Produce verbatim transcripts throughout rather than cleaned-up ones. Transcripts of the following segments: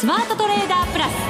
スマートトレーダープラス。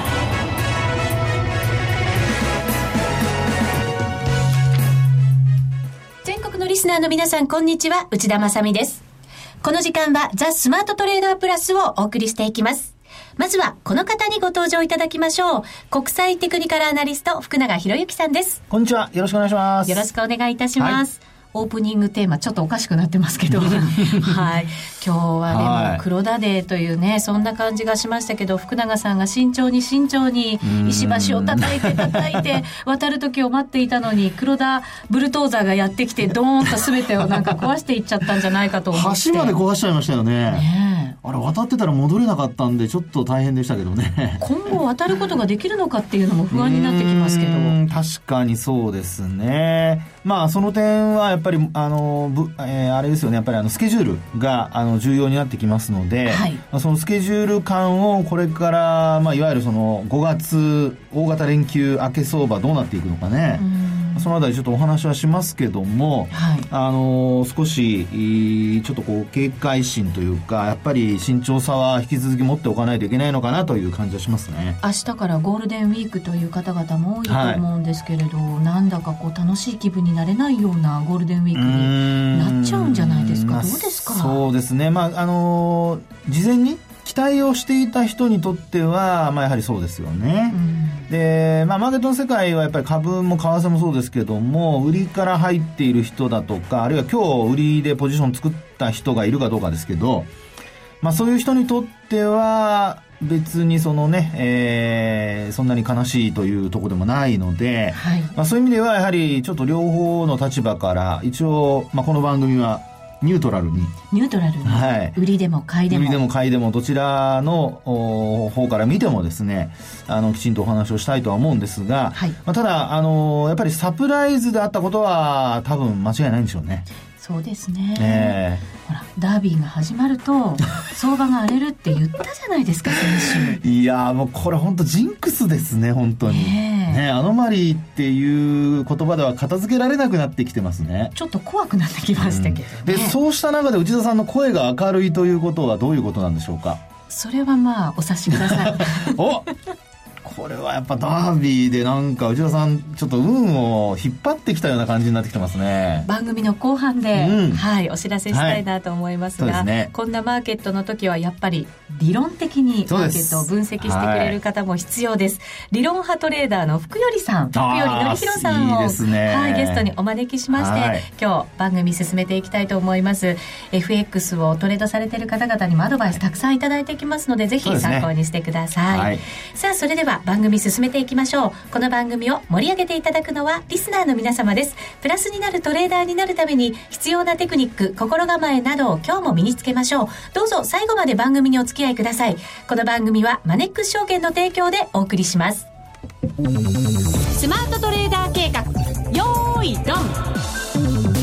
全国のリスナーの皆さん、こんにちは、内田まさみです。この時間はザ・スマートトレーダープラスをお送りしていきます。まずはこの方にご登場いただきましょう。国際テクニカルアナリスト福永博之さんです。 こんにちは、よろしくお願いします。 よろしくお願いいたします、はい。オープニングテーマちょっとおかしくなってますけどはい、今日はでも、はい、黒田デーというね、そんな感じがしましたけど、福永さんが慎重に慎重に石橋を叩いて叩いて渡る時を待っていたのに、黒田ブルドーザーがやってきてドーンと全てをなんか壊していっちゃったんじゃないかと思って橋まで壊しちゃいましたよ ね, ねあれ渡ってたら戻れなかったんでちょっと大変でしたけどね。 今後渡ることができるのかっていうのも不安になってきますけど。 確かにそうですね。まあその点はやっぱりあの、えー、あれですよね、やっぱりあのスケジュールがあの重要になってきますので、はい、まあ、そのスケジュール感をこれから、まあ、いわゆるそのごがつ大型連休明け相場どうなっていくのかね、そのあたりちょっとお話はしますけども、はい、あの少しちょっとこう警戒心というか、やっぱり慎重さは引き続き持っておかないといけないのかなという感じはしますね。 明日からゴールデンウィークという方々も多いと思うんですけれど、はい、なんだかこう楽しい気分になれないようなゴールデンウィークになっちゃうんじゃないですか。どうですか。 そうですね、まああの事前に期待をしていた人にとっては、まあ、やはりそうですよね、うん、で、まあ、マーケットの世界はやっぱり株も為替もそうですけども、売りから入っている人だとか、あるいは今日売りでポジション作った人がいるかどうかですけど、まあ、そういう人にとっては別にそのね、えー、そんなに悲しいというところでもないので、はい、まあ、そういう意味ではやはりちょっと両方の立場から一応、まあ、この番組はニュートラルにニュートラルに、はい、売りでも買いでも売りでも買いでもどちらの方から見てもですね、あのきちんとお話をしたいとは思うんですが、はい、まあ、ただあのやっぱりサプライズであったことは多分間違いないんでしょうね。 そうですね、 えー、ほらダービーが始まると相場が荒れるって言ったじゃないですか先週。 いやもうこれ本当ジンクスですね本当に、ねね、アノマリーっていう言葉では片付けられなくなってきてますね。 ちょっと怖くなってきましたけど、ね、 うん、でそうした中で内田さんの声が明るいということはどういうことなんでしょうか。 それはまあお察しくださいおこれはやっぱダービーでなんか内田さんちょっと運を引っ張ってきたような感じになってきてますね。 番組の後半で、うん、はい、お知らせしたいなと思いますが、はい、ね、こんなマーケットの時はやっぱり理論的にマーケットを分析してくれる方も必要です。です、はい、理論派トレーダーの福頼さん、福頼則弘さんをいいですね、はい、ゲストにお招きしまして、はい、今日番組進めていきたいと思います。 エフエックス をトレードされている方々にもアドバイスたくさんいただいてきますので、ぜひ参考にしてください、はい、さあそれでは番組進めていきましょう。この番組を盛り上げていただくのはリスナーの皆様です。プラスになるトレーダーになるために必要なテクニック、心構えなどを今日も身につけましょう。どうぞ最後まで番組にお付き合いください。この番組はマネックス証券の提供でお送りします。スマートトレーダー計画、よーいドン。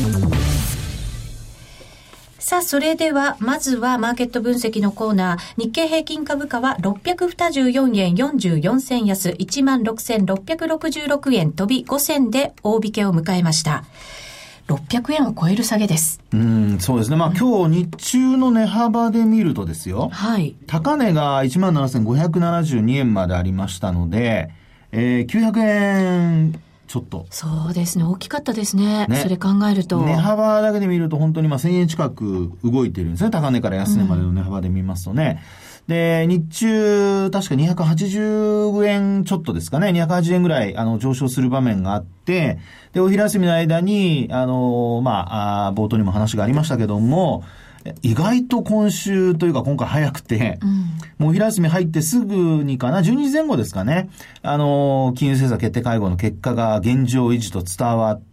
さあそれではまずはマーケット分析のコーナー。日経平均株価はろっぴゃくにじゅうよんえんよんじゅうよんせん安 いちまんろくせんろっぴゃくろくじゅうろくえん飛びご銭で大引けを迎えました。ろっぴゃくえんを超える下げです。 うん、そうですね。まあ、うん、今日日中の値幅で見るとですよ、 はい、 高値が いちまんななせんごひゃくななじゅうにえんまでありましたので、えー、きゅうひゃくえんちょっと。 そうですね、大きかったですね。ね、それ考えると値幅だけで見ると本当にまあせんえん近く動いてるんですね。高値から安値までの値幅で見ますとね、うん、で日中確かにひゃくはちじゅうえんちょっとですかね、にひゃくはちじゅうえんぐらいあの上昇する場面があって、でお昼休みの間にあのまああ冒頭にも話がありましたけども、意外と今週というか今回早くて、うん、もうお昼休み入ってすぐにかな、じゅうにじぜん後ですかね、あの金融政策決定会合の結果が現状維持と伝わって、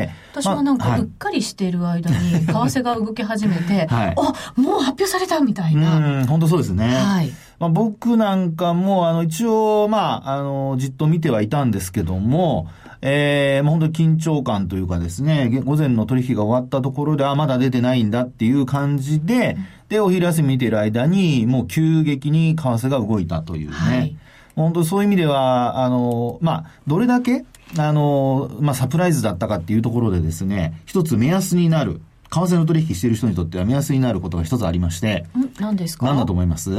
私もなんかうっかりしている間に為替が動き始めて、はい、あ、もう発表されたみたいな。 うん、本当そうですね。 はい。 まあ、僕なんかもあの一応まああのじっと見てはいたんですけども、えー、もう本当に緊張感というかですね、午前の取引が終わったところで、あ、まだ出てないんだっていう感じで、うん、で、お昼休み見ている間に、もう急激に為替が動いたというね。はい、本当そういう意味では、あの、まあ、どれだけ、あの、まあ、サプライズだったかっていうところでですね、一つ目安になる、為替の取引している人にとっては目安になることが一つありまして。 ん、何ですか？ 何だと思います？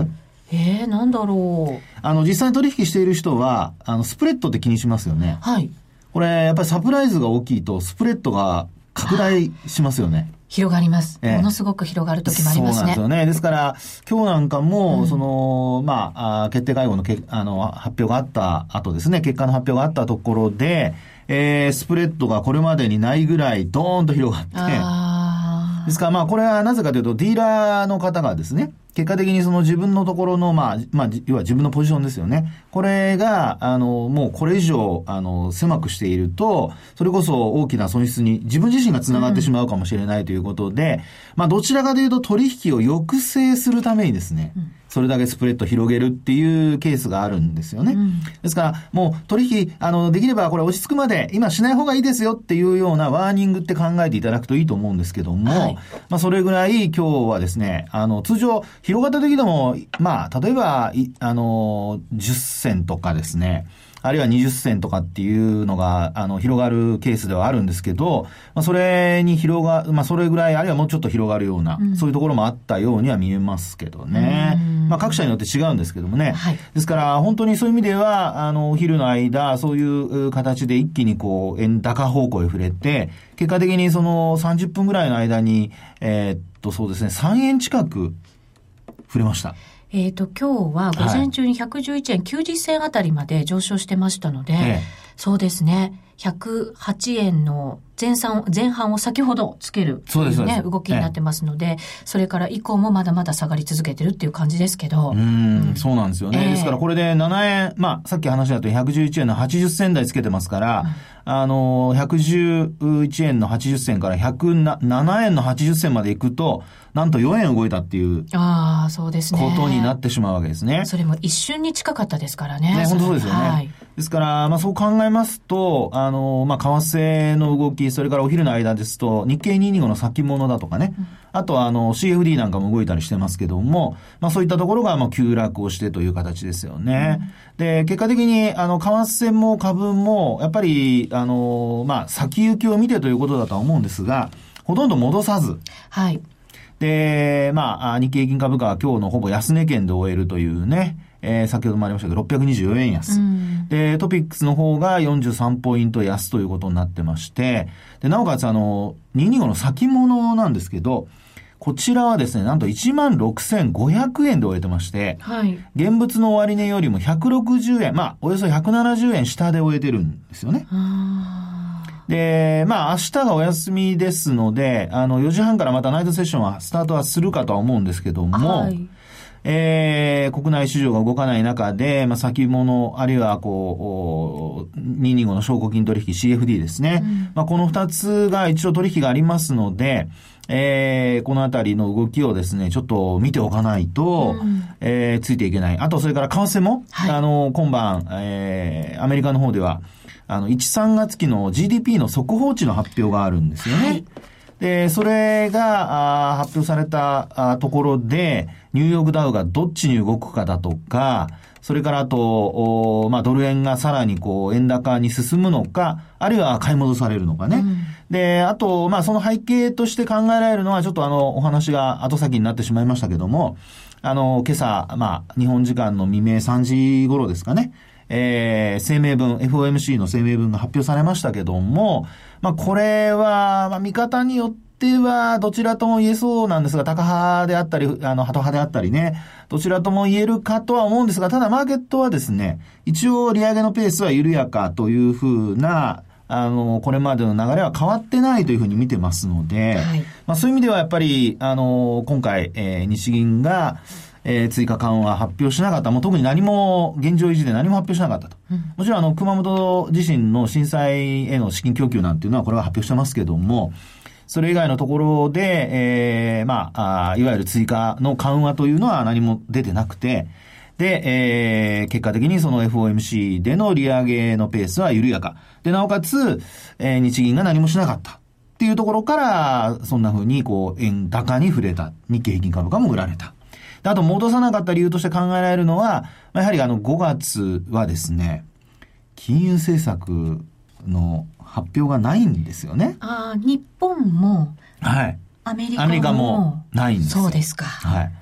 えー、なんだろう。 あの、実際に取引している人は、あの、スプレッドって気にしますよね。 はい。 これ、やっぱりサプライズが大きいと、スプレッドが拡大しますよね。 広がります、ええ。ものすごく広がる時もありますね。 そうなんですよね。ですから、今日なんかも、うん、その、まあ、決定会合のけあの発表があった後ですね、結果の発表があったところで、えー、スプレッドがこれまでにないぐらいドーンと広がって、ですからまあこれはなぜかというとディーラーの方がですね、結果的にその自分のところのまあ、まあ、要は自分のポジションですよね。これが、あの、もうこれ以上、あの、狭くしていると、それこそ大きな損失に自分自身が繋がってしまうかもしれないということで、うん、まあどちらかというと取引を抑制するためにですね、うんそれだけスプレッド広げるっていうケースがあるんですよね。うん、ですから、もう取引、あの、できればこれ落ち着くまで今しない方がいいですよっていうようなワーニングって考えていただくといいと思うんですけども、はい、まあそれぐらい今日はですね、あの、通常広がった時でも、まあ例えば、あの、じゅっ銭とかですね、あるいはにじゅっ銭とかっていうのが、あの、広がるケースではあるんですけど、まあ、それに広が、まあ、それぐらい、あるいはもうちょっと広がるような、うん、そういうところもあったようには見えますけどね。まあ、各社によって違うんですけどもね。はい、ですから、本当にそういう意味では、あの、お昼の間、そういう形で一気にこう、円高方向へ触れて、結果的にそのさんじゅっぷんぐらいの間に、えー、っと、そうですね、さんえん近く触れました。 えっと、今日は午前中にひゃくじゅういちえんきゅうじゅっ銭あたりまで上昇してましたので、ええ、そうですね、ひゃくはちえんの前半、前半を先ほどつけるというね、動きになってますので、ええ、それから以降もまだまだ下がり続けてるっていう感じですけど。 うん、うん、そうなんですよね。ええ、ですからこれでななえん、まあ、さっき話だとひゃくじゅういちえんのはちじゅっ銭台つけてますから、うん、あの、ひゃくじゅういちえんのはちじゅっ銭からひゃくななえんのはちじゅっ銭まで行くと、なんとよえん動いたっていう。 ああ、そうですね。 ことになってしまうわけですね。 それも一瞬に近かったですからね。 ね、本当そうですよね。はい、ですから、まあそう考えますと、あの、まあ為替の動き、それからお昼の間ですと、日経にひゃくにじゅうごの先物だとかね、うん、あとはあの シーエフディー なんかも動いたりしてますけども、まあそういったところがまあ急落をしてという形ですよね。うん、で、結果的に、あの、為替も株も、やっぱり、あの、まあ先行きを見てということだとは思うんですが、ほとんど戻さず。 はい。 で、まあ、日経平均株価は今日のほぼ安値圏で終えるというね、えー、先ほどもありましたけど、ろっぴゃくにじゅうよえん安。うん、で、トピックスの方がよんじゅうさんポイント安ということになってまして、で、なおかつあの、にひゃくにじゅうごの先物なんですけど、こちらはですね、なんと いちまんろくせんごひゃくえんで終えてまして、はい、現物の終値よりもひゃくろくじゅうえん、まあ、およそひゃくななじゅうえん下で終えてるんですよね。で、まあ明日がお休みですので、あのよじはんからまたナイトセッションはスタートはするかとは思うんですけども、はい、えー、国内市場が動かない中で、まあ先物、あるいはこう、にひゃくにじゅうごの証拠金取引 シーエフディー ですね。うん、まあこの二つが一応取引がありますので、えー、このあたりの動きをですね、ちょっと見ておかないと、うん、えー、ついていけない。あとそれから為替も、はい、あの、今晩、えー、アメリカの方では、あの、いち、さんがつ期の ジーディーピー の速報値の発表があるんですよね。はい、で、それがあ発表されたあところで、ニューヨークダウがどっちに動くかだとか、それからあと、まあ、ドル円がさらにこう、円高に進むのか、あるいは買い戻されるのかね。うん、で、あと、まあ、その背景として考えられるのは、ちょっとあの、お話が後先になってしまいましたけども、あの、今朝、まあ、日本時間の未明さんじ頃ですかね。えー、声明文、エフオーエムシー の声明文が発表されましたけども、まあ、これは、まあ、見方によっては、どちらとも言えそうなんですが、タカ派であったり、あの、ハト派であったりね、どちらとも言えるかとは思うんですが、ただマーケットはですね、一応利上げのペースは緩やかというふうな、あの、これまでの流れは変わってないというふうに見てますので、はい、まあ、そういう意味ではやっぱり、あの、今回、えー、日銀が、えー、追加緩和発表しなかった。もう特に何も、現状維持で何も発表しなかったと。うん、もちろんあの、熊本地震の震災への資金供給なんていうのはこれは発表してますけども、それ以外のところで、えー、まあ、あいわゆる追加の緩和というのは何も出てなくて、で、えー、結果的にその エフオーエムシー での利上げのペースは緩やか。で、なおかつ、えー、日銀が何もしなかった。っていうところから、そんな風にこう、円高に触れた。日経平均株価も売られた。あと戻さなかった理由として考えられるのは、やはりあのごがつはですね、金融政策の発表がないんですよね。 ああ、日本も、 はい。 アメリカも、アメリカもないんですよ。 そうですか。 はい。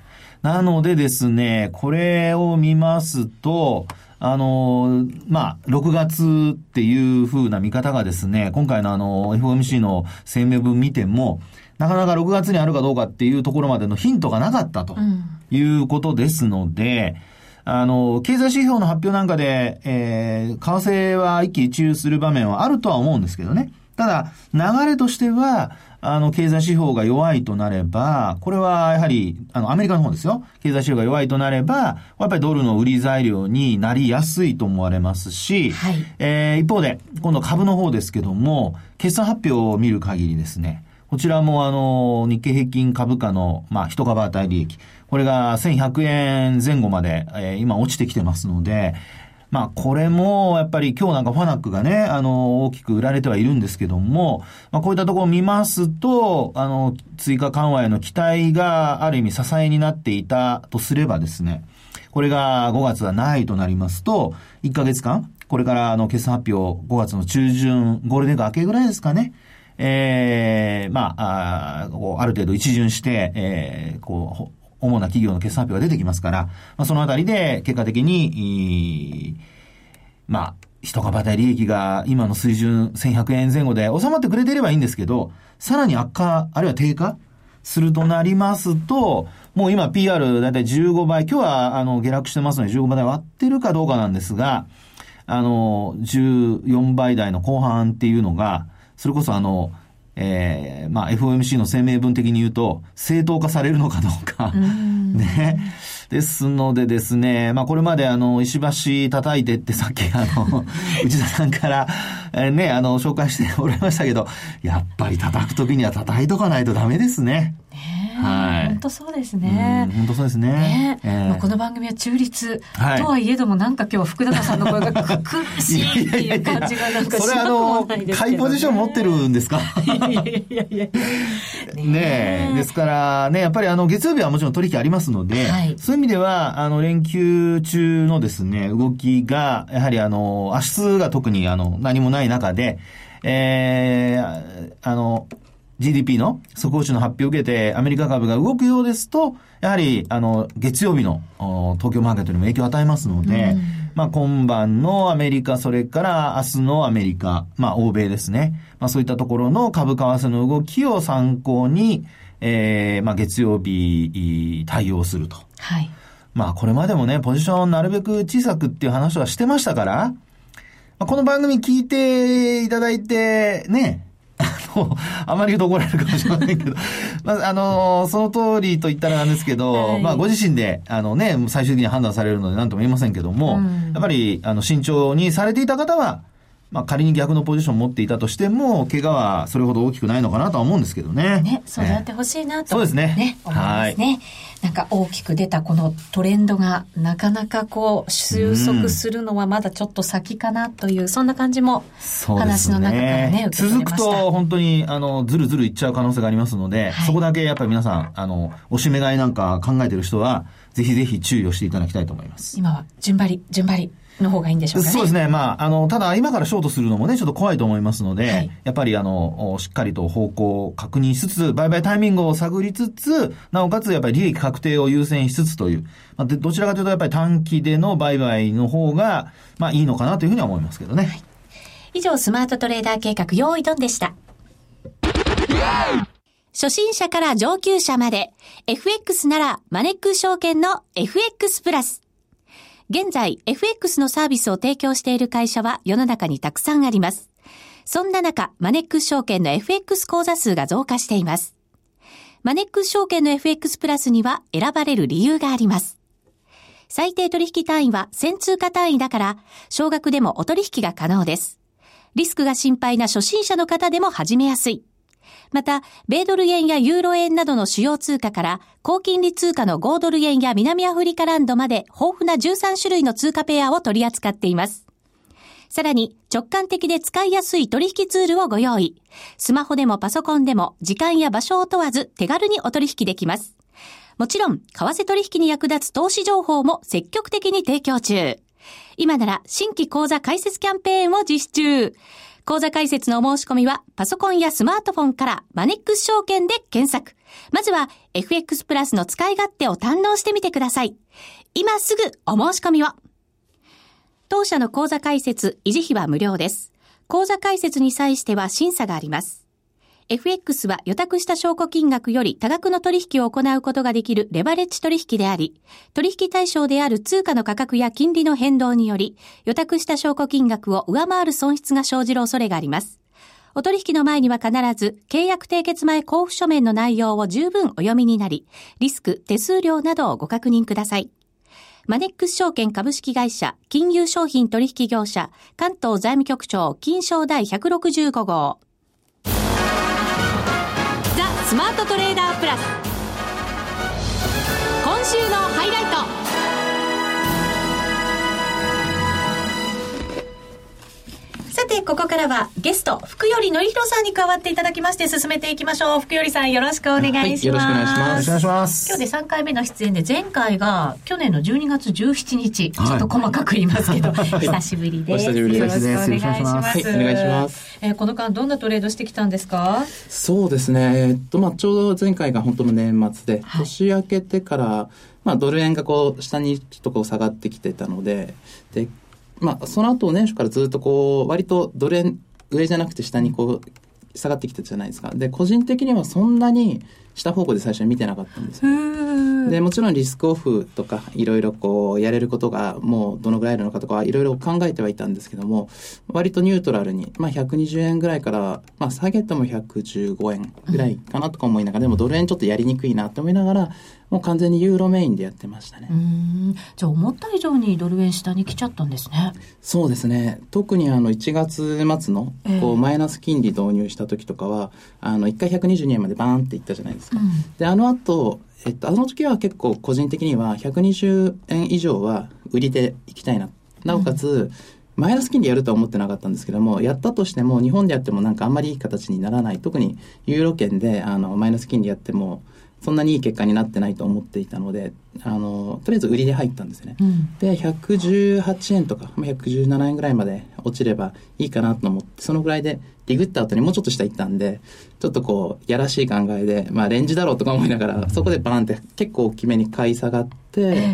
なのでですね、これを見ますと、あの、まあ、ろくがつっていう風な見方がですね、今回のあの、エフオーエムシー の声明文見ても、なかなかろくがつにあるかどうかっていうところまでのヒントがなかったということですので、うん、あの、経済指標の発表なんかで、えー、為替は一喜一憂する場面はあるとは思うんですけどね。ただ、流れとしては、あの、経済指標が弱いとなれば、これはやはり、あの、アメリカの方ですよ。経済指標が弱いとなれば、やっぱりドルの売り材料になりやすいと思われますし、はい、えー、一方で、今度株の方ですけども、決算発表を見る限りですね、こちらもあの、日経平均株価の、まあ、一株当たり利益、これがせんひゃくえんぜん後まで、えー、今落ちてきてますので、まあ、これも、やっぱり今日なんかファナックがね、あの、大きく売られてはいるんですけども、まあ、こういったところを見ますと、あの、追加緩和への期待がある意味支えになっていたとすればですね、これがごがつはないとなりますと、いっかげつかん、これからあの、決算発表、ごがつの中旬、ゴールデンウィーク明けぐらいですかね、ええー、まあ、あ, こうある程度一巡して、えー、こう、主な企業の決算発表が出てきますから、まあ、そのあたりで結果的に、まあ、一株当たり利益が今の水準せんひゃくえんぜん後で収まってくれていればいいんですけど、さらに悪化、あるいは低下するとなりますと、もう今 ピーアール だいたいじゅうごばい、今日はあの下落してますのでじゅうごばい割ってるかどうかなんですが、あの、じゅうよんばい台の後半っていうのが、それこそあの、えー、まあ エフオーエムシー の声明文的に言うと正当化されるのかどうかね。ですのでですね、まあこれまであの石橋叩いてってさっきあの内田さんから、えー、ねあの紹介しておられましたけど、やっぱり叩くときには叩いとかないとダメですね。 ねはい。本当そうですね。 本当そうですね。 ねえーまあ、この番組は中立とはいえども、なんか今日福永さんの声が苦しいっていう感じがなんかしなくもないですけど、ね。それあの、買いポジション持ってるんですか？いやいやいやいや。ねえ。ですからね、やっぱりあの、月曜日はもちろん取引ありますので、はい、そういう意味では、あの、連休中のですね、動きが、やはりあの、明日が特にあの、何もない中で、えー、あの、ジーディーピー の速報値の発表を受けてアメリカ株が動くようですと、やはりあの月曜日の東京マーケットにも影響を与えますので、うん、まあ今晩のアメリカ、それから明日のアメリカ、まあ欧米ですね。まあそういったところの株為替の動きを参考に、えー、まあ月曜日対応すると。はい。まあこれまでもね、ポジションなるべく小さくっていう話はしてましたから、まあ、この番組聞いていただいて、ね、あまり言うと怒られるかもしれませんけど、まあ、あの、その通りと言ったらなんですけど、はい、まあ、ご自身で、あのね、最終的に判断されるので何とも言えませんけども、うん、やっぱり、あの、慎重にされていた方は、まあ、仮に逆のポジションを持っていたとしても、怪我はそれほど大きくないのかなとは思うんですけどね。 ね、そうやってほしいなと、ね。 そうですね。 ね、思いますね。はい、なんか大きく出たこのトレンドが、なかなかこう、収束するのはまだちょっと先かなという、うん、そんな感じも、話の中からね、受け取れました。 続くと、本当に、あの、ずるずるいっちゃう可能性がありますので、はい、そこだけやっぱり皆さん、あの、おしめ買いなんか考えてる人は、ぜひぜひ注意をしていただきたいと思います。 今は、順張り、順張り。の方がいいんでしょうかね。 そうですね。まあ、あの、ただ今からショートするのもね、ちょっと怖いと思いますので、はい、やっぱりあの、しっかりと方向を確認しつつ、売買タイミングを探りつつ、なおかつやっぱり利益確定を優先しつつという、まあ、でどちらかというとやっぱり短期での売買の方が、まあいいのかなというふうには思いますけどね。はい、 以上、スマートトレーダー計画、用意ドンでした。初心者から上級者まで、エフエックス ならマネックス証券の エフエックス プラス。現在 エフエックス のサービスを提供している会社は世の中にたくさんあります。そんな中、マネックス証券の エフエックス 口座数が増加しています。マネックス証券の エフエックス プラスには選ばれる理由があります。最低取引単位はせん通貨単位だから、少額でもお取引が可能です。リスクが心配な初心者の方でも始めやすい。また、米ドル円やユーロ円などの主要通貨から、高金利通貨の豪ドル円や南アフリカランドまで豊富なじゅうさん種類の通貨ペアを取り扱っています。さらに、直感的で使いやすい取引ツールをご用意。スマホでもパソコンでも時間や場所を問わず手軽にお取引できます。もちろん、為替取引に役立つ投資情報も積極的に提供中。今なら新規口座開設キャンペーンを実施中。 口座開設のお申し込みはパソコンやスマートフォンからマネックス証券で検索。まずは エフエックス プラスの使い勝手を堪能してみてください。今すぐお申し込みを。当社の口座開設、維持費は無料です。口座開設に際しては審査があります。エフエックス は予託した証拠金額より多額の取引を行うことができるレバレッジ取引であり、取引対象である通貨の価格や金利の変動により、予託した証拠金額を上回る損失が生じる恐れがあります。お取引の前には必ず、契約締結前交付書面の内容を十分お読みになり、リスク、手数料などをご確認ください。マネックス証券株式会社、金融商品取引業者、関東財務局長、金商第ひゃくろくじゅうご号。ザ・スマートトレーダープラス。今週のハイライト。さて、ここからはゲスト、福頼典弘さんに加わっていただきまして進めていきましょう。福頼さん、よろしくお願いします。はい、 よろしくお願いします。よろしくお願いします。 今日でさんかいめの出演で、前回が去年のじゅうにがつじゅうしちにち、はい、ちょっと細かく言いますけど、久しぶりです。 お久しぶりです。 よろしくお願いします。 はい、お願いします。 えー、この間どんなトレードしてきたんですか？ そうですね。えー、っと、まあ、ちょうど前回が本当の年末で、はい、年明けてから、まあ、ドル円がこう、下にちょっとこう下がってきてたので、で、まあ、その後年初からずっとこう、割とドル円上じゃなくて下にこう、下がってきたじゃないですか。で、個人的にはそんなに下方向で最初に見てなかったんですよ。で、もちろんリスクオフとか、いろいろこう、やれることがもうどのぐらいあるのかとか、いろいろ考えてはいたんですけども、割とニュートラルに、まあひゃくにじゅうえんぐらいから、まあ下げてもひゃくじゅうごえんぐらいかなとか思いながら、でもドル円ちょっとやりにくいなって思いながら、もう完全にユーロメインでやってましたね。 うーん、じゃあ思った以上にドル円下に来ちゃったんですね。 そうですね。特にあのいちがつ末のこうマイナス金利導入した時とかは、あのいっかいひゃくにじゅうにえんまでバーンっていったじゃないですか。うん、で、あの後、えっと、あの時は結構個人的にはひゃくにじゅうえん以上は売りでいきたいな。なおかつ、うん、マイナス金利やるとは思ってなかったんですけども、やったとしても日本でやってもなんかあんまりいい形にならない。特にユーロ圏であのマイナス金利やってもそんなにいい結果になってないと思っていたので、あのとりあえず売りで入ったんですね。うん、でひゃくじゅうはちえんとかひゃくじゅうななえんぐらいまで落ちればいいかなと思って、そのぐらいでリグった後にもうちょっと下行ったんで、ちょっとこうやらしい考えで、まあレンジだろうとか思いながら、そこでバーンって結構大きめに買い下がって、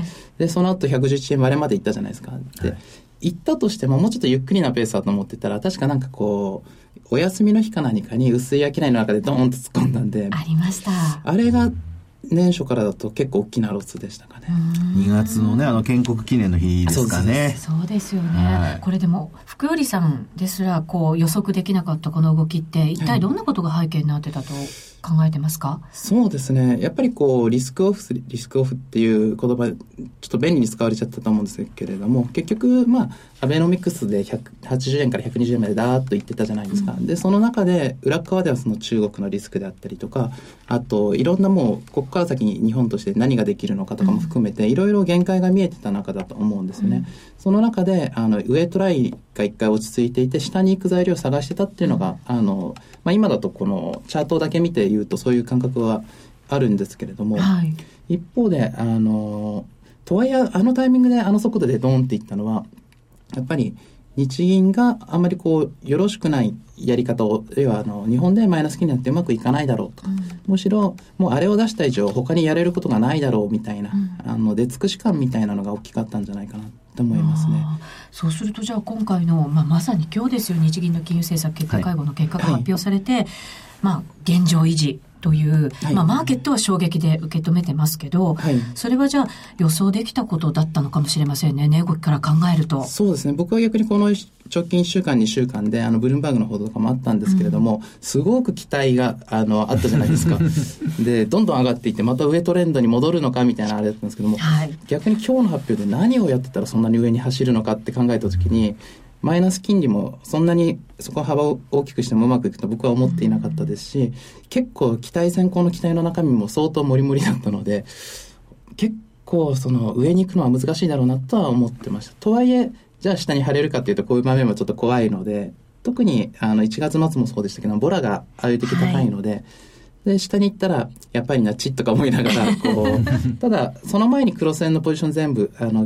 でその後ひゃくじゅういちえん割れまで行ったじゃないですか。で、はい、行ったとしてももうちょっとゆっくりなペースだと思ってたら、確かなんかこうお休みの日か何かに薄い商いの中でドーンと突っ込んだんで、 ありました。 あれが年初からだと結構大きなロスでしたかね。 にがつのね、あの建国記念の日ですかね。 そうですよね、はい、これでも福頼さんですらこう予測できなかったこの動きって一体どんなことが背景になってたと考えてますか？はい、 そうですね、やっぱりこうリスクオフリスクオフっていう言葉ちょっと便利に使われちゃったと思うんですけれども、結局まあアベノミクスでひゃくはちじゅうえんからひゃくにじゅうえんまでダーッといってたじゃないですか。うん、でその中で裏側ではその中国のリスクであったりとか、あといろんなもうここから先に日本として何ができるのかとかも含めて、いろいろ限界が見えてた中だと思うんですよね。うん、その中であの上トライが一回落ち着いていて下に行く材料を探してたっていうのが、あの、まあ、今だとこのチャートだけ見て言うとそういう感覚はあるんですけれども、はい、一方であのとはいえあのタイミングであの速度でドーンっていったのはやっぱり日銀があんまりこうよろしくないやり方を、要はあの日本でマイナス金利なんてうまくいかないだろうとか、うん、むしろもうあれを出した以上他にやれることがないだろうみたいな、うん、あの出尽くし感みたいなのが大きかったんじゃないかなと思いますね。 そうするとじゃあ今回の、まあ、まさに今日ですよ、日銀の金融政策決定会合の結果が発表されて、はいはい、まあ、現状維持という、はい、まあ、マーケットは衝撃で受け止めてますけど、はい、それはじゃあ予想できたことだったのかもしれませんね、値動きから考えると。 そうですね、僕は逆にこの直近いっしゅうかんにしゅうかんであのブルームバーグの報道とかもあったんですけれども、うん、すごく期待が あのあったじゃないですかでどんどん上がっていってまた上トレンドに戻るのかみたいなあれだったんですけども、はい、逆に今日の発表で何をやってたらそんなに上に走るのかって考えた時に、マイナス金利もそんなにそこ幅を大きくしてもうまくいくと僕は思っていなかったですし、結構期待先行の期待の中身も相当モリモリだったので、結構その上に行くのは難しいだろうなとは思ってました。とはいえじゃあ下に張れるかっていうとこういう場面もちょっと怖いので、特にあのいちがつ末もそうでしたけどボラがああいう時高いので、はい、で下に行ったらやっぱりなチッとか思いながらこうただその前にクロス円のポジション全部あの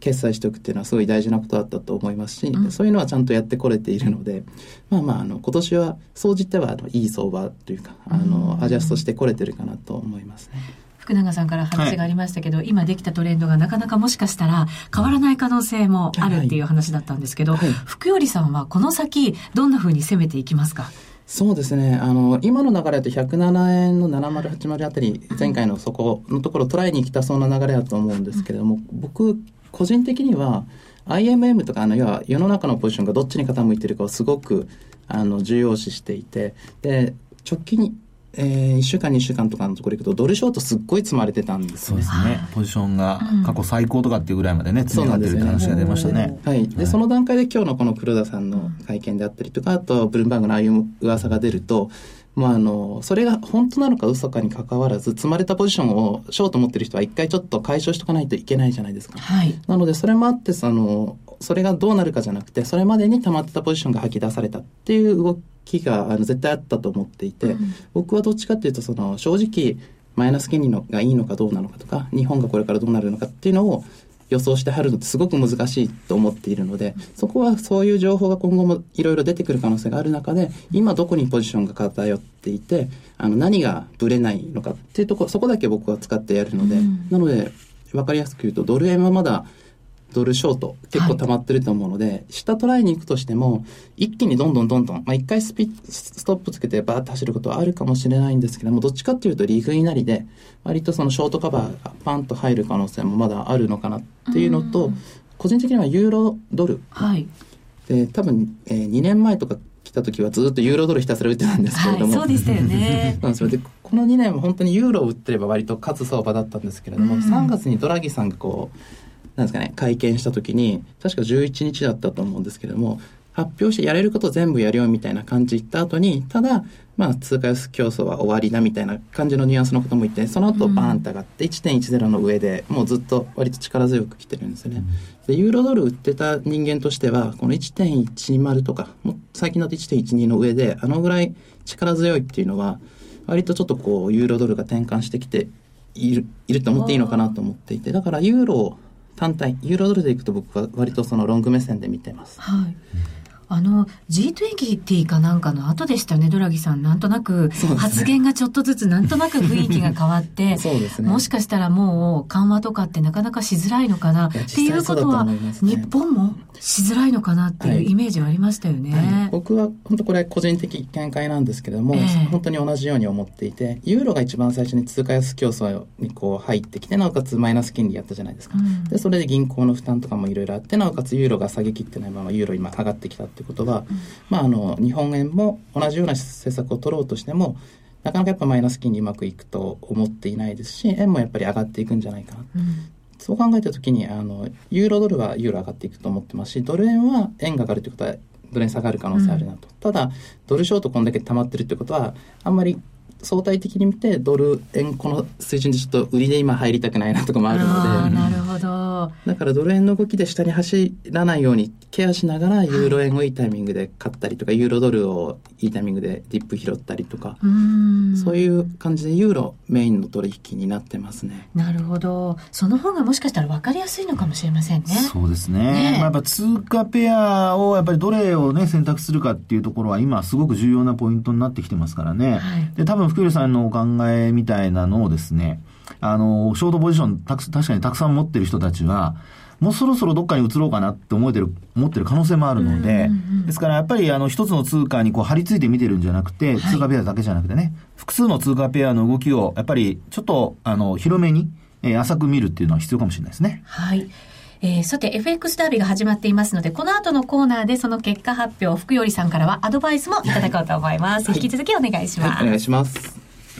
決済しておくっていうのはすごい大事なことだったと思いますし、うん、そういうのはちゃんとやってこれているので、まあまあ、あの今年は総じてはあのいい相場というか、あのアジャストしてこれてるかなと思いますね。 福永さんから話がありましたけど、はい、今できたトレンドがなかなかもしかしたら変わらない可能性もあるっていう話だったんですけど、はいはい、福頼さんはこの先どんな風に攻めていきますか？ そうですね、あの今の流れだとひゃくななえんのななじゅう、はちじゅうあたり、前回のそこのところトライに来たそうな流れだと思うんですけれども、僕個人的には アイエムエム とかあの要は世の中のポジションがどっちに傾いているかをすごくあの重要視していて、で直近にえー、いっしゅうかんにしゅうかんとかのところ行くとドルショートすっごい積まれてたんですね。 そうですね、ポジションが過去最高とかっていうぐらいまでね、積み上がってるって話が出ましたね。 はい、でその段階で今日のこの黒田さんの会見であったりとか、あとブルームバーグのああいう噂が出ると、まあ、あのそれが本当なのか嘘かに関わらず積まれたポジションをショート持ってる人は一回ちょっと解消しとかないといけないじゃないですか、 はい、 なのでそれもあってそのそれがどうなるかじゃなくて、それまでに溜まってたポジションが吐き出されたっていう動きがあの絶対あったと思っていて、うん、僕はどっちかっていうとその正直マイナス金利のがいいのかどうなのかとか、日本がこれからどうなるのかっていうのを予想してはるのってすごく難しいと思っているので、そこはそういう情報が今後もいろいろ出てくる可能性がある中で、今どこにポジションが偏っていて、あの何がブレないのかっていうところ、そこだけ僕は使ってやるので、うん、なので分かりやすく言うとドル円はまだドルショート結構溜まってると思うので、はい、下トライに行くとしても一気にどんどんどんどん、まあ、一回スピストップつけてバーッと走ることはあるかもしれないんですけども、どっちかっていうと利食いなりで割とそのショートカバーがパンと入る可能性もまだあるのかなっていうのと、個人的にはユーロドル、 はい、 で多分、えー、にねんまえとか来た時はずっとユーロドルひたすら売ってたんですけれども、 はい、そうでしたよねなんですよ。でこのにねんは本当にユーロを売ってれば割と勝つ相場だったんですけれども、うん、さんがつにドラギさんがこうなんですかね、会見した時に確かじゅういちにちだったと思うんですけれども、発表してやれること全部やるよみたいな感じ言った後に、ただまあ通貨安競争は終わりだみたいな感じのニュアンスのことも言って、その後バーンと上がって いってんいちゼロ の上でもうずっと割と力強く来てるんですよね。でユーロドル売ってた人間としてはこの いってんいちまる とかもう最近だと いってんいちに の上であのぐらい力強いっていうのは割とちょっとこうユーロドルが転換してきている、いると思っていいのかなと思っていて、だからユーロを単体ユーロドルでいくと僕は割とそのロング目線で見てます。 はい、あの ジートゥエンティー かなんかの後でしたよね、ドラギさん。なんとなく発言がちょっとずつなんとなく雰囲気が変わってそうですね、 もしかしたらもう緩和とかってなかなかしづらいのかなっていうことは、日本もしづらいのかなっていうイメージはありましたよね。 はいはい、僕は本当これ個人的見解なんですけれども、えー、本当に同じように思っていて、ユーロが一番最初に通貨安競争にこう入ってきて、なおかつマイナス金利やったじゃないですか、うん、でそれで銀行の負担とかもいろいろあって、なおかつユーロが下げきってないままユーロ今上がってきたってことは、うん、まあ、あの日本円も同じような政策を取ろうとしてもなかなかやっぱマイナス金利うまくいくと思っていないですし、円もやっぱり上がっていくんじゃないかな、うん、そう考えたときにあのユーロドルはユーロ上がっていくと思ってますし、ドル円は円が上がるということはドル円下がる可能性あるなと、うん、ただドルショートこんだけ溜まってるってことはあんまり相対的に見てドル円この水準でちょっと売りで今入りたくないなとかもあるので、 あ、なるほど。 だからドル円の動きで下に走らないようにケアしながらユーロ円をいいタイミングで買ったりとか、はい、ユーロドルをいいタイミングでディップ拾ったりとか、うーん、そういう感じでユーロメインの取引になってますね。 なるほど。その方がもしかしたら分かりやすいのかもしれませんね。 そうですね。ね、まあ、やっぱ通貨ペアをやっぱりどれをね選択するかっていうところは今すごく重要なポイントになってきてますからね。はい、で多分福井さんのお考えみたいなのをですね、あのショートポジションたく確かにたくさん持ってる人たちはもうそろそろどっかに移ろうかなって思ってる思ってる可能性もあるので、うんうんうん、ですからやっぱりあの一つの通貨にこう張り付いて見てるんじゃなくて、はい、通貨ペアだけじゃなくてね、複数の通貨ペアの動きをやっぱりちょっとあの広めに、えー、浅く見るっていうのは必要かもしれないですね。 はい。えー、さて エフエックス ダービーが始まっていますので、この後のコーナーでその結果発表、福頼さんからはアドバイスもいただこうと思います。はい、引き続きお願いします。 はい、お願いします。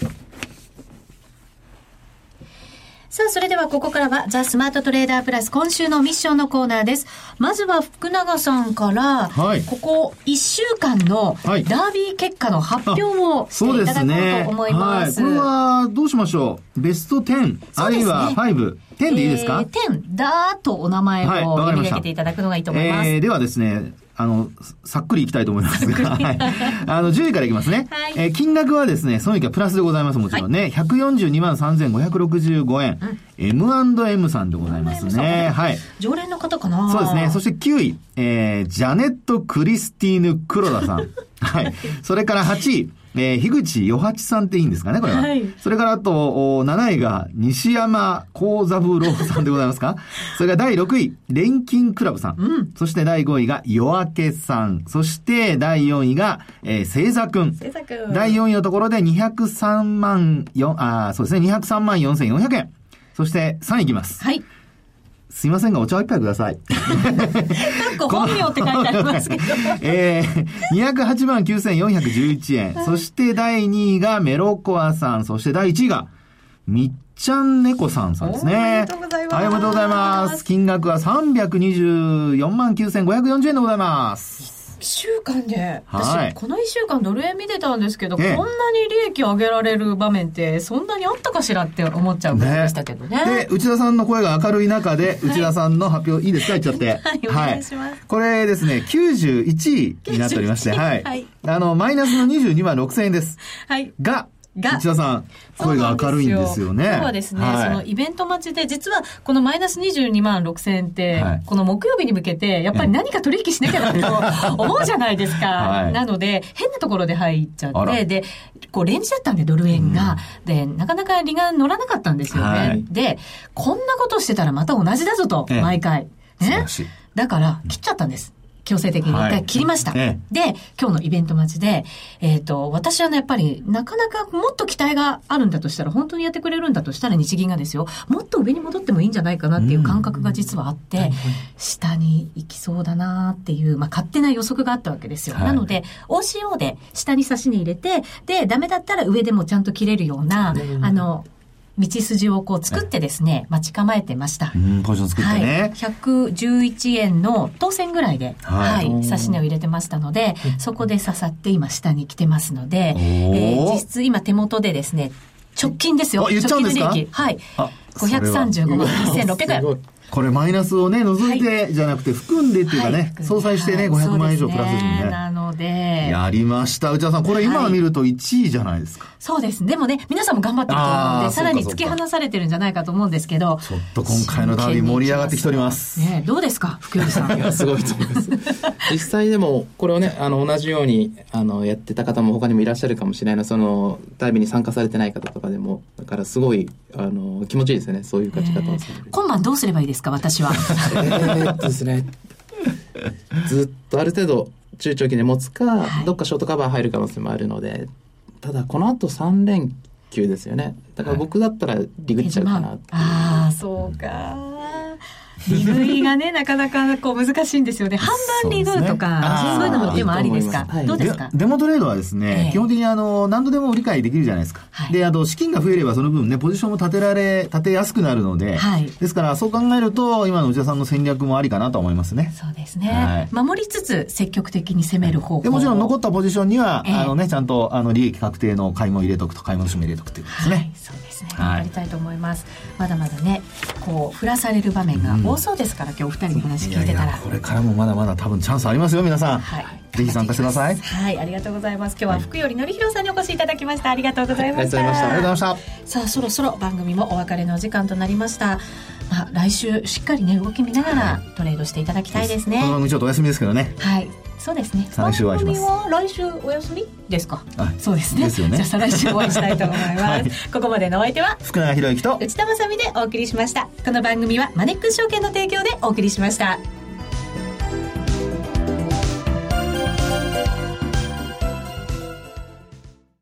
さあ、それではここからはザ・スマートトレーダープラス今週のミッションのコーナーです。まずは福永さんから、はい、ここいっしゅうかんのダービー結果の発表をしていただこうと思います。 そうですね。はい、これはどうしましょう。ベストじゅう、ね、あるいはご、じゅうでいいですか？ えー、じゅうだーっとお名前を読み上げていただくのがいいと思います。 えー、ではですね、 あの、さっくりいきたいと思いますが、はい。あの、じゅういからいきますね。はい、えー、金額はですね、損益はプラスでございます。もちろんね。はい、ひゃくよんじゅうにまんさんぜんごひゃくろくじゅうごえん。うん、エムアンドエム さんでございますね。はい。 常連の方かな。 そうですね。そしてきゅうい、えー、ジャネット・クリスティーヌ・黒田さん。はい。それからはちい、えー、樋口与八さんっていいんですかね、これは。はい。それからあと、なないが西山幸三郎さんでございますか。それからだいろくい、錬金クラブさん。うん。そしてだいごいが夜明けさん。そしてだいよんいが、えー、星座くん。星座くん。だいよんいのところでにひゃくさんまんよん、あ、そうですね、にひゃくさんまんよんせんよんひゃくえん。そしてさんいいきます。 はい。 すいませんが、お茶を一杯ください。 なんか本名って書いてありますけど。 えー、にひゃくはちまんきゅうせんよんひゃくじゅういちえん。そしてだいにいがメロコアさん。そしてだいいちいが、みっちゃん猫さんさんですね。 おめでとうございます。 はい、おめでとうございます。金額はさんびゃくにじゅうよんまんきゅうせんごひゃくよんじゅうえんでございます。 いっしゅうかんで、 はい、 私このいっしゅうかんドル円見てたんですけど、ええ、こんなに利益を上げられる場面ってそんなにあったかしらって思っちゃうぐらいでしたけどね。 で、内田さんの声が明るい中で、内田さんの発表いいですか、言っちゃって。 はい、お願いします。はい、 これですね、きゅうじゅういちいになっておりまして、はい。はい、あの、マイナスのにじゅうにまんろくせんえんです。はい。が、が内田さん、声が明るいんですよね。 今日はですね、はい、そのイベント待ちで、実はこのマイナスにじゅうにまんろくせんえんって、はい、この木曜日に向けて、やっぱり何か取引しなきゃなと思うじゃないですか。はい、なので、変なところで入っちゃって、で、こうレンジだったんで、ドル円が、うん。で、なかなか利が乗らなかったんですよね。はい、で、こんなことしてたらまた同じだぞと、毎回。ね。だから、切っちゃったんです。強制的に一回切りました。はい、で、今日のイベント待ちで、えっと、私はね、やっぱり、なかなかもっと期待があるんだとしたら、本当にやってくれるんだとしたら日銀がですよ、もっと上に戻ってもいいんじゃないかなっていう感覚が実はあって、うん、下に行きそうだなっていう、まあ、勝手な予測があったわけですよ。はい、なので、オーシーオー で下に差しに入れて、で、ダメだったら上でもちゃんと切れるような、うん、あの、道筋をこう作ってですね、待ち構えてました。 うん、ポジション作ってね。はい、 ひゃくじゅういちえんの当選ぐらいで、はい、はい、差し値を入れてましたので、そこで刺さって今下に来てますので、えー、実質今手元でですね、直近ですよ。 言っちゃうんですか？ 直近の利益。はい。ごひゃくさんじゅうごまんせんろっぴゃくえん。 これマイナスをね、除いてじゃなくて含んでっていうかね、はい、相殺してね、ごひゃくまん以上プラスですね。 なので。 やりました。内田さん、これ今見るといちいじゃないですか。はい、 そうです。でもね、皆さんも頑張ってると思うので、さらに突き放されてるんじゃないかと思うんですけど。 ちょっと今回のダービー盛り上がってきております。 ね、どうですか、福吉さん。 いや、すごいと思います。実際でも、これをね、あの、同じように、あの、やってた方も他にもいらっしゃるかもしれないな、その、ダービーに参加されてない方とかでも、だからすごい、あの、気持ちいいですよね、そういう勝ち方をする。 今晩どうすればいいですか、私は。 えーっとですね、ずっとある程度中長期で持つか、はい、どっかショートカバー入る可能性もあるので、ただこの後さん連休ですよね。だから僕だったらリグっちゃうかなって、 はい、ああそうか、利食いがねなかなかこう難しいんですよね。半分利食うとかそういうのもでもありですか？はい、どうですか？ デモトレードはですね、えー、基本的にあの何度でも理解できるじゃないですか。はい、で、あと資金が増えればその分ねポジションも立てられ立てやすくなるので、はい、ですからそう考えると今の内田さんの戦略もありかなと思いますね。 そうですね。はい、守りつつ積極的に攻める方法。 でもちろん残ったポジションには、えー、あのねちゃんとあの利益確定の買い物入れとくと買い戻しも入れとくっていうことですね。はい、 そうですね。頑張りたいと思います。はい、まだまだねこう振らされる場面が多そうですから、うん、今日お二人の話聞いてたら。 いやいやこれからもまだまだ多分チャンスありますよ皆さん。はい。ぜひ参加してください。 はい、ありがとうございます。今日は福頼則弘さんにお越しいただきました。ありがとうございました。 ありがとうございました。 さあ、そろそろ番組もお別れのお時間となりました。まあ、来週しっかりね動き見ながらトレードしていただきたいですね。 この番組ちょっとお休みですけどね。 はい。そうですね。 再来週お会いします。 番組は来週お休みですか？ あ、 そうですね。 ですよね。 じゃあ再来週お会いしたいと思います。はい、ここまでのお相手は福永博之と内田まさみでお送りしました。この番組はマネックス証券の提供でお送りしました。